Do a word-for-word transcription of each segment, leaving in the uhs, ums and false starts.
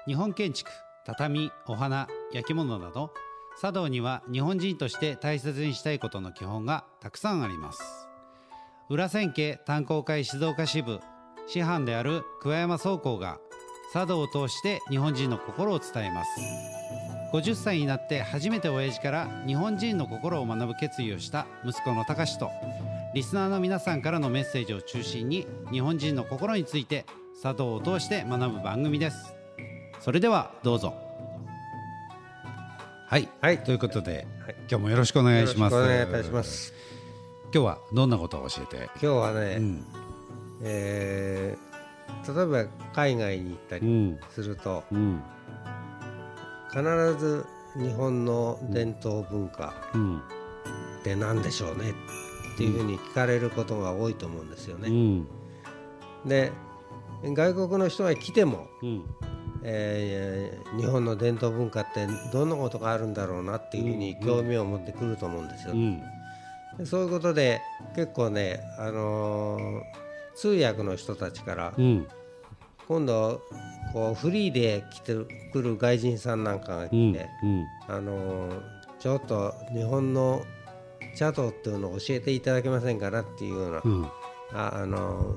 日本建築、畳、お花、焼き物など茶道には日本人として大切にしたいことの基本がたくさんあります。裏千家炭鉱会静岡支部師範である桑山宗光が茶道を通して日本人の心を伝えます。ごじゅっさいになって初めて親父から日本人の心を学ぶ決意をした息子の隆と、リスナーの皆さんからのメッセージを中心に日本人の心について茶道を通して学ぶ番組です。それではどうぞ。はい、はい、ということで、はい、今日もよろしくお願いします。 よろしくお願いいたします。 今日はどんなことを教えて。 今日はね、うん、えー、例えば海外に行ったりすると、うんうん、必ず日本の伝統文化って何でしょうねっていうふうに聞かれることが多いと思うんですよね、うん、で外国の人が来ても、うん、えー、日本の伝統文化ってどんなことがあるんだろうなっていうふうに興味を持ってくると思うんですよ、うん、でそういうことで結構ね、あのー、通訳の人たちから、うん、今度こうフリーで来てくる外人さんなんかが来て、うんうん、あのー、ちょっと日本の茶道っていうのを教えていただけませんかなっていうような、うん、あ、あの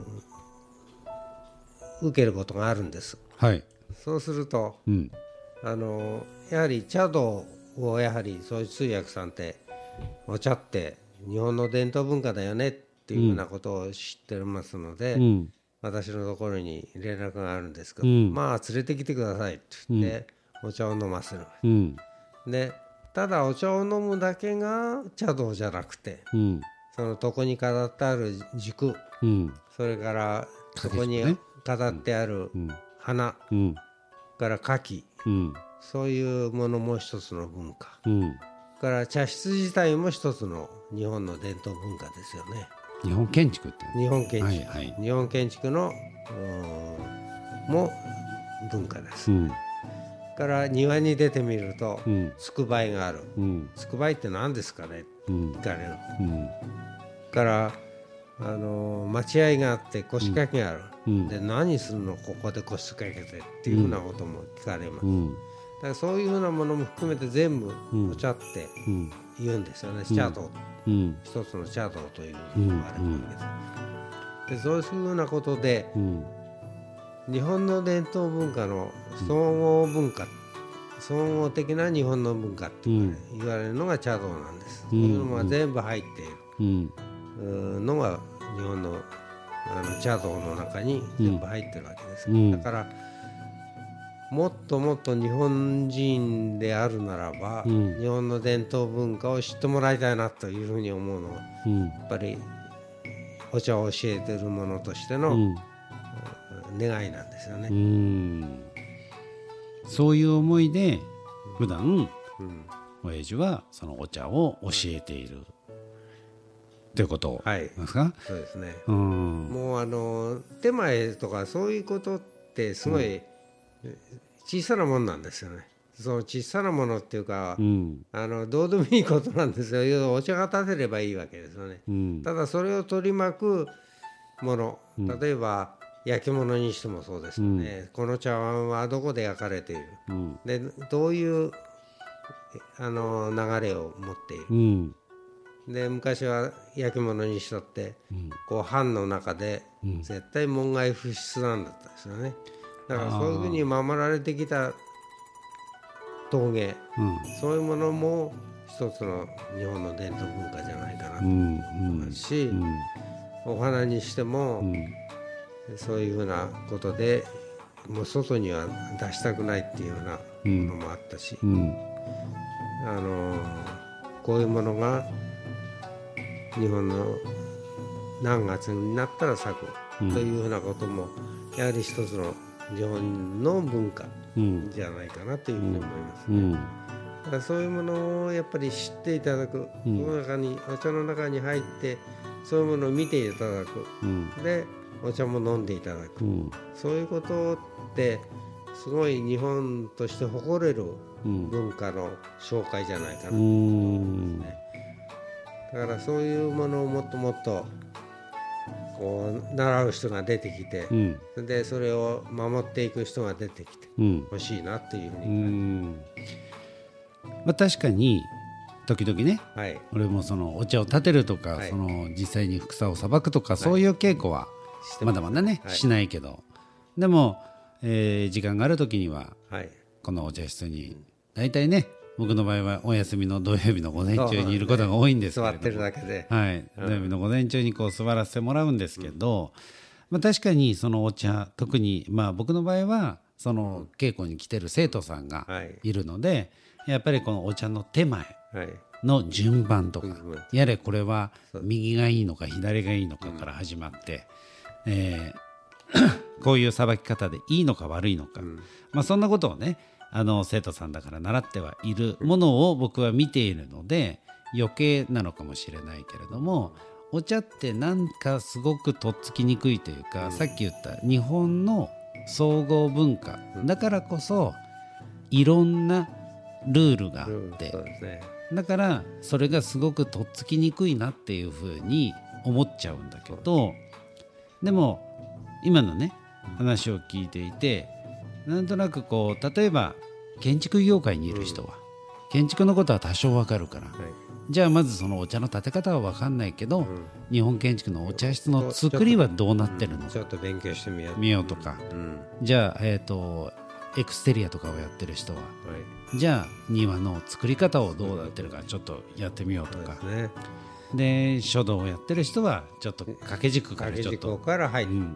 ー、受けることがあるんです、はい、そうすると、うん、あのー、やはり茶道をやはりそういう通訳さんってお茶って日本の伝統文化だよねっていうようなことを知ってますので、うん、私のところに連絡があるんですけど、うん、まあ連れてきてくださいって言って、うん、お茶を飲ませる、うん、でただお茶を飲むだけが茶道じゃなくて、うん、その床に飾ってある軸、うん、それからそこに飾ってある花、うん、から花器、うん、そういうものも一つの文化、うん、から茶室自体も一つの日本の伝統文化ですよね。 日本建築って日本建築、はいはい、日本建築のも文化です、うん、から庭に出てみると、うん、つくばいがある、うん、つくばいって何ですかねって聞かれる、うん、からあの待合があって腰掛けがある、うん、で何するのここで腰掛けてっていうふうなことも聞かれます、うん、だからそういうふうなものも含めて全部お茶って言うんですよね、うん、茶道、うん、一つの茶道というふうに言われるわけです、うんうん、でそういうふうなことで、うん、日本の伝統文化の総合文化、うん、総合的な日本の文化って言われるのが茶道なんです、うん、そういうのが全部入っている、うん、のが日本の、あの茶道の中に全部入ってるわけです、うん、だからもっともっと日本人であるならば、うん、日本の伝統文化を知ってもらいたいなというふうに思うのは、うん、やっぱりお茶を教えているものとしての、うん、願いなんですよね、うん、 そういう思いで普段、うん、親父はそのお茶を教えている、うんということですか、はい、 そうですね、うん、もうあの手前とかそういうことってすごい小さなもんなんですよね、その小さなものっていうか、うん、あのどうでもいいことなんですよ。お茶が立てればいいわけですよね、うん、ただそれを取り巻くもの、例えば焼き物にしてもそうですよね、うん、この茶碗はどこで焼かれている、うん、でどういうあの流れを持っている、うんで昔は焼き物にしとって、うん、こう藩の中で絶対門外不出なんだったんですよね。だからそういうふうに守られてきた陶芸、うん、そういうものも一つの日本の伝統文化じゃないかなと思いますし、うんうん、お花にしても、うん、そういうふうなことでもう外には出したくないっていうようなものもあったし、うんうん、あのこういうものが日本の何月になったら咲くというふうなこともやはり一つの日本の文化じゃないかなというふうに思いますね、うん、だからそういうものをやっぱり知っていただく、うん、この中にお茶の中に入ってそういうものを見ていただく、うん、でお茶も飲んでいただく、うん、そういうことってすごい日本として誇れる文化の紹介じゃないかなと思いますね。だからそういうものをもっともっとこう習う人が出てきて、うん、でそれを守っていく人が出てきてほしいなっていうふうに感じ、うんまあ、確かに時々ね、はい、俺もそのお茶を立てるとか、はい、その実際に草をさばくとか、はい、そういう稽古はまだまだね、はい、しないけど、でも、えー、時間がある時には、はい、このお茶室に大体ね、僕の場合はお休みの土曜日の午前中にいることが多いんですけれども、 座ってるだけで、 はい、土曜日の午前中にこう座らせてもらうんですけど、うんまあ、確かにそのお茶、特に、まあ、僕の場合はその稽古に来てる生徒さんがいるので、はい、やっぱりこのお茶の手前の順番とか、はい、やれこれは右がいいのか左がいいのかから始まって、うんえー、こういうさばき方でいいのか悪いのか、うんまあ、そんなことをね、あの生徒さんだから習ってはいるものを僕は見ているので余計なのかもしれないけれども、お茶ってなんかすごくとっつきにくいというか、うん、さっき言った日本の総合文化だからこそいろんなルールがあって、そうですね、だからそれがすごくとっつきにくいなっていうふうに思っちゃうんだけど、でも今のね話を聞いていて、なんとなくこう例えば建築業界にいる人は、うん、建築のことは多少わかるから、はい、じゃあまずそのお茶の立て方はわかんないけど、うん、日本建築のお茶室の作りはどうなってるのか、 ちょっと勉強してみよう見ようとか、うん、じゃあ、えーと、エクステリアとかをやってる人は、はい、じゃあ庭の作り方をどうなってるかちょっとやってみようとか、そうですね、で書道をやってる人はちょっと掛け軸からちょっと掛け軸から入って、うんうん、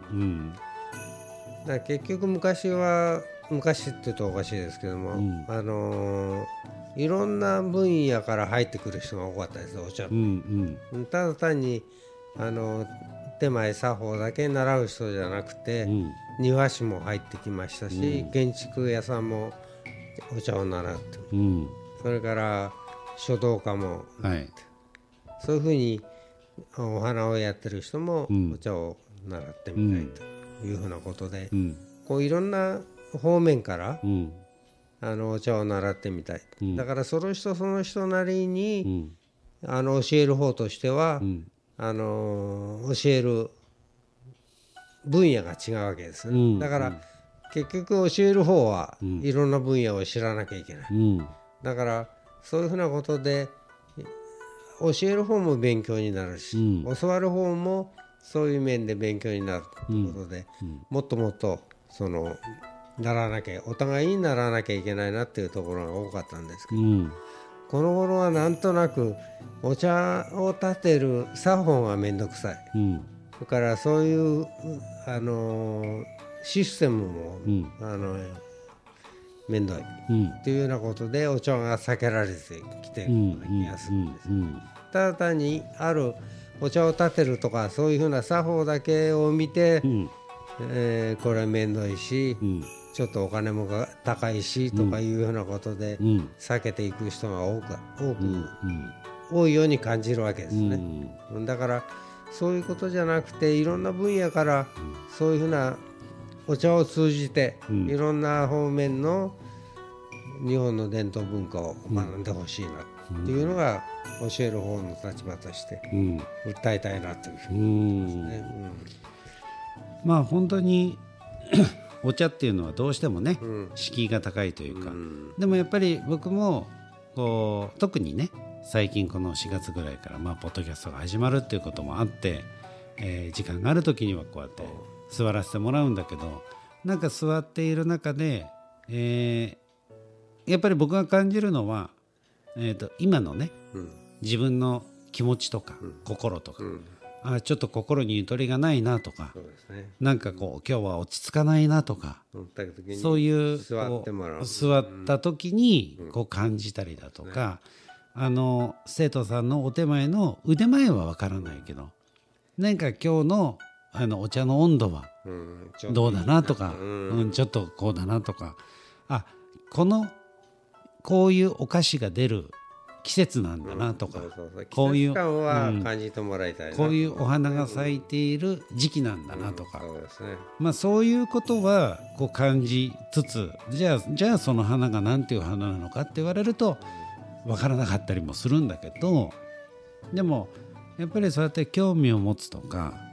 だから結局昔は昔って言うとおかしいですけども、うん、あのー、いろんな分野から入ってくる人が多かったですお茶って、うんうん、ただ単に、あのー、手前作法だけ習う人じゃなくて、うん、庭師も入ってきましたし、うん、建築屋さんもお茶を習って、うん、それから書道家も、はい、そういうふうにお花をやってる人もお茶を習ってみたいというふうなことで、うん、こういろんな方面から、うん、あのお茶を習ってみたい、うん、だからその人その人なりに、うん、あの教える方としては、うん、あの教える分野が違うわけですね、うん、だから、うん、結局教える方はいろんな分野を知らなきゃいけない、うん、だからそういうふうなことで教える方も勉強になるし、うん、教わる方もそういう面で勉強になるということで、うんうん、もっともっとそのならなきゃお互いにならなきゃいけないなっていうところが多かったんですけど、うん、この頃はなんとなくお茶を立てる作法がめんどくさい、うん、それからそういう、あのー、システムも、うん、あのめんどい、うん、というようなことでお茶が避けられてきているような気がするんです、うんうんうん、ただ単にあるお茶を立てるとかそういうふうな作法だけを見て、うんえー、これはめんどいし、うん、ちょっとお金も高いしとかいうようなことで避けていく人が多く、多く、うん、多いように感じるわけですね、うん、だからそういうことじゃなくていろんな分野からそういうふうなお茶を通じていろんな方面の日本の伝統文化を学んでほしいなっていうのが教える方の立場として訴えたいなというふうに思いますね、うんうんまあ本当にお茶っていうのはどうしてもね、うん、敷居が高いというか、うん、でもやっぱり僕もこう特にね最近このしがつぐらいからまあポッドキャストが始まるっていうこともあって、えー、時間がある時にはこうやって座らせてもらうんだけど、なんか座っている中で、えー、やっぱり僕が感じるのは、えーと、今のね、うん、自分の気持ちとか、うん、心とか、うんあちょっと心にゆとりがないなとか、そうですね、なんかこう今日は落ち着かないなとか、そういう座ってもらう座った時にこう感じたりだとか、うん、あの生徒さんのお手前の腕前は分からないけど、なんか今日のあのお茶の温度はどうだなとか、うんうん、ちょっとこうだなとか、あこのこういうお菓子が出る季節なんだなとか、 こういう季節感は感じてもらいたいな、 こういうお花が咲いている時期なんだなとか、そうですね、まあそういうことはこう感じつつ、じゃあじゃあその花が何ていう花なのかって言われると分からなかったりもするんだけど、でもやっぱりそうやって興味を持つとか、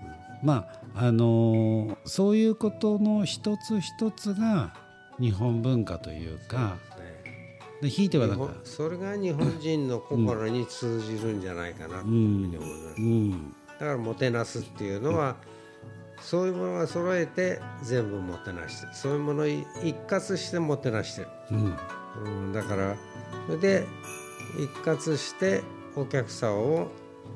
まああのー、そういうことの一つ一つが日本文化というか、でひいてはなんかそれが日本人の心に通じるんじゃないかなというふうに思います、うんうん、だからもてなすっていうのは、うんそういうものが揃えて全部もてなしてる、そういうものを一括してもてなしてる、うんうん、だからそれで一括してお客さんを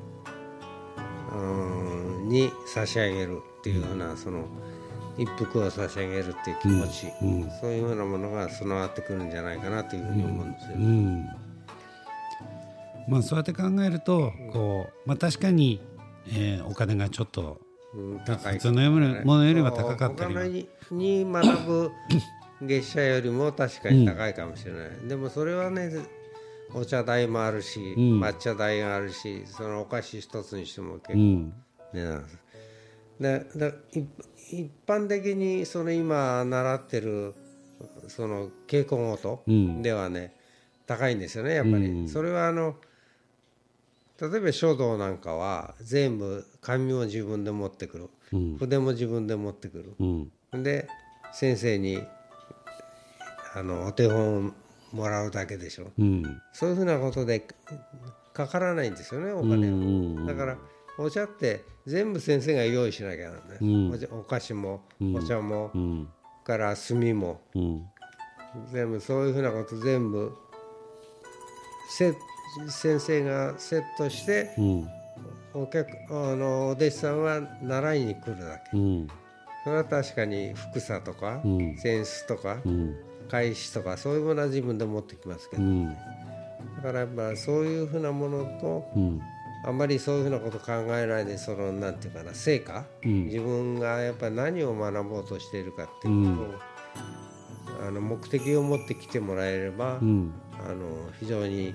うんに差し上げるっていうような、その一服を差し上げるっていう気持ち、うんうん、そういうふうなものが備わってくるんじゃないかなというふうに思うんですよね、うんうん、 まあそうやって考えるとこう、まあ、確かに、えー、お金がちょっとうん、高い普通のものよりは高かったりは他にに学ぶ月謝よりも確かに高いかもしれない、うん、でもそれはねお茶代もあるし、うん、抹茶代があるしそのお菓子一つにしても結構値段です、うん、でで一般的にその今習ってるその稽古ごとではね、うん、高いんですよねやっぱり、うん、それはあの例えば書道なんかは全部紙も自分で持ってくる、うん、筆も自分で持ってくる、うん、で先生にあのお手本をもらうだけでしょ、うん、そういうふうなことでかからないんですよねお金は、うんうんうん、だからお茶って全部先生が用意しなきゃなんない、うん、お菓子もお茶も、うん、から墨も、うん、全部そういうふうなこと全部セット先生がセットして、うん、お客あのお弟子さんは習いに来るだけ、うん、それは確かに服さとか、うん、扇子とか、うん、返しとかそういうものは自分で持ってきますけど、うん、だからやっぱそういうふうなものと、うん、あんまりそういうふうなこと考えないでそのなんていうかな成果、うん、自分がやっぱり何を学ぼうとしているかっていうことを、うん、あの目的を持ってきてもらえれば、うん、あの非常に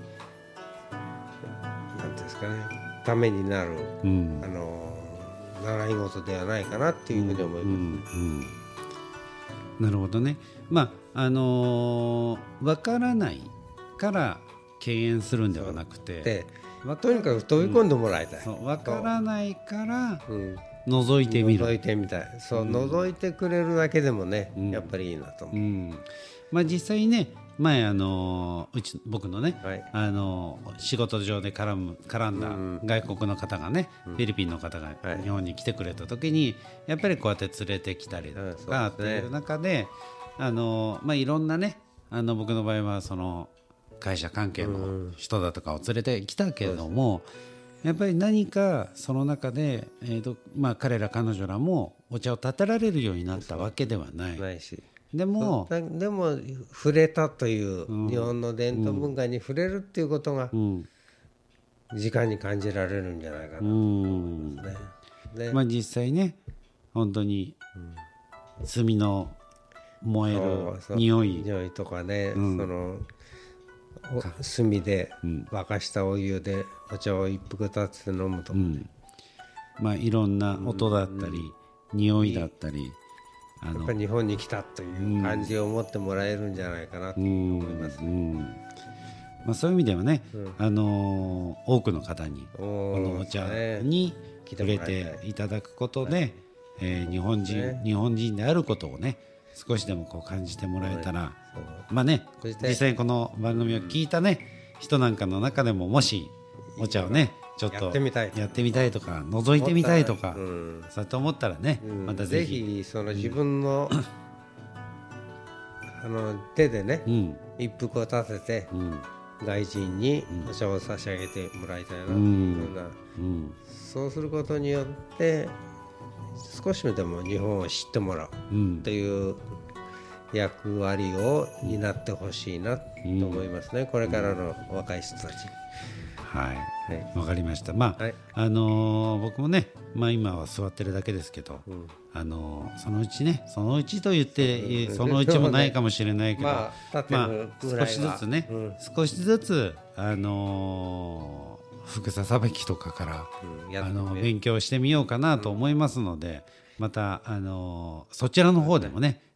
なんですかね、ためになる、うん、あの習い事ではないかなっていうふうに思います、うんうんうん、なるほどね。まああのー、分からないから敬遠するんではなくてとにかく飛び込んでもらいたい、 うん、分からないから覗いてみる、 覗いてみたいそう、うん、覗いてくれるだけでもね、うん、やっぱりいいなと思う、うんまあ、実際ね前あのうち僕のね、はい、あの仕事上で絡む絡んだ外国の方がね、うん、フィリピンの方が日本に来てくれた時に、はい、やっぱりこうやって連れてきたりだとかっていう中で、あの、まあ、いろんなねあの僕の場合はその会社関係の人だとかを連れてきたけれども、やっぱり何かその中で、えーとまあ、彼ら彼女らもお茶を立てられるようになったわけではない。 ないしでもでも触れたという、うん、日本の伝統文化に触れるっていうことが、うん、時間に感じられるんじゃないかなと思いますね。 でまあ、実際ね本当に炭の燃える匂い匂いとかね、うん、その炭で沸かしたお湯でお茶を一服立てて飲むとかね、うんまあ、いろんな音だったり、うん、匂いだったりやっぱり日本に来たという感じを持ってもらえるんじゃないかなと思いますね、うんうんまあ、そういう意味ではね、うんあのー、多くの方にこのお茶に触れていただくことで、ねえー、日本人、ね、日本人であることをね少しでもこう感じてもらえたら、まあね実際にこの番組を聞いたね、うん、人なんかの中でももしお茶をねちょっとやってみたいやってみたいとか覗いてみたいとか、うん、そうやって思ったらね、うん、またぜひぜひその自分の、うん、あの手でね、うん、一服を立てて、うん、外人にお茶を差し上げてもらいたいなというような、うん、そうすることによって少しでも日本を知ってもらうという役割を担ってほしいなと思いますね、うん、これからの若い人たち。 はい、わ、はい、かりました。まあ、はい、あのー、僕もね、まあ今は座ってるだけですけど、うん、あのー、そのうちね、そのうちと言って、うん、そのうちもないかもしれないけど、まあ、まあ、少しずつね、うん、少しずつあのー、ふくささばきとかから、うん、あの勉強してみようかなと思いますので、またあのそちらの方でもね、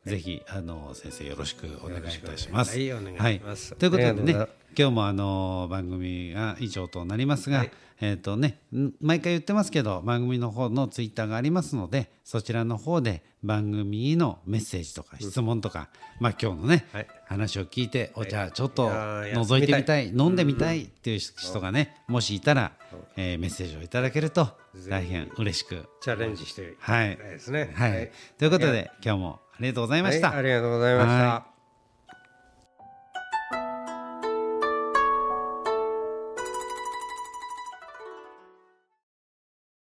ぜひあの先生よろしくお願いいたします。 はい、お願いします。 はい、ということでね、今日もあの番組が以上となりますが、はい、えーとね、毎回言ってますけど番組の方のツイッターがありますので、そちらの方で番組へのメッセージとか質問とか、うん、まあ今日のね、はい、話を聞いて、お茶ちょっと覗いてみたい、飲んでみたいっていう人がね、もしいたら、えー、メッセージをいただけると大変嬉しくチャレンジしていきたいですね。 はい、はい、ということで今日もありがとうございました。 はい、ありがとうございました。はい。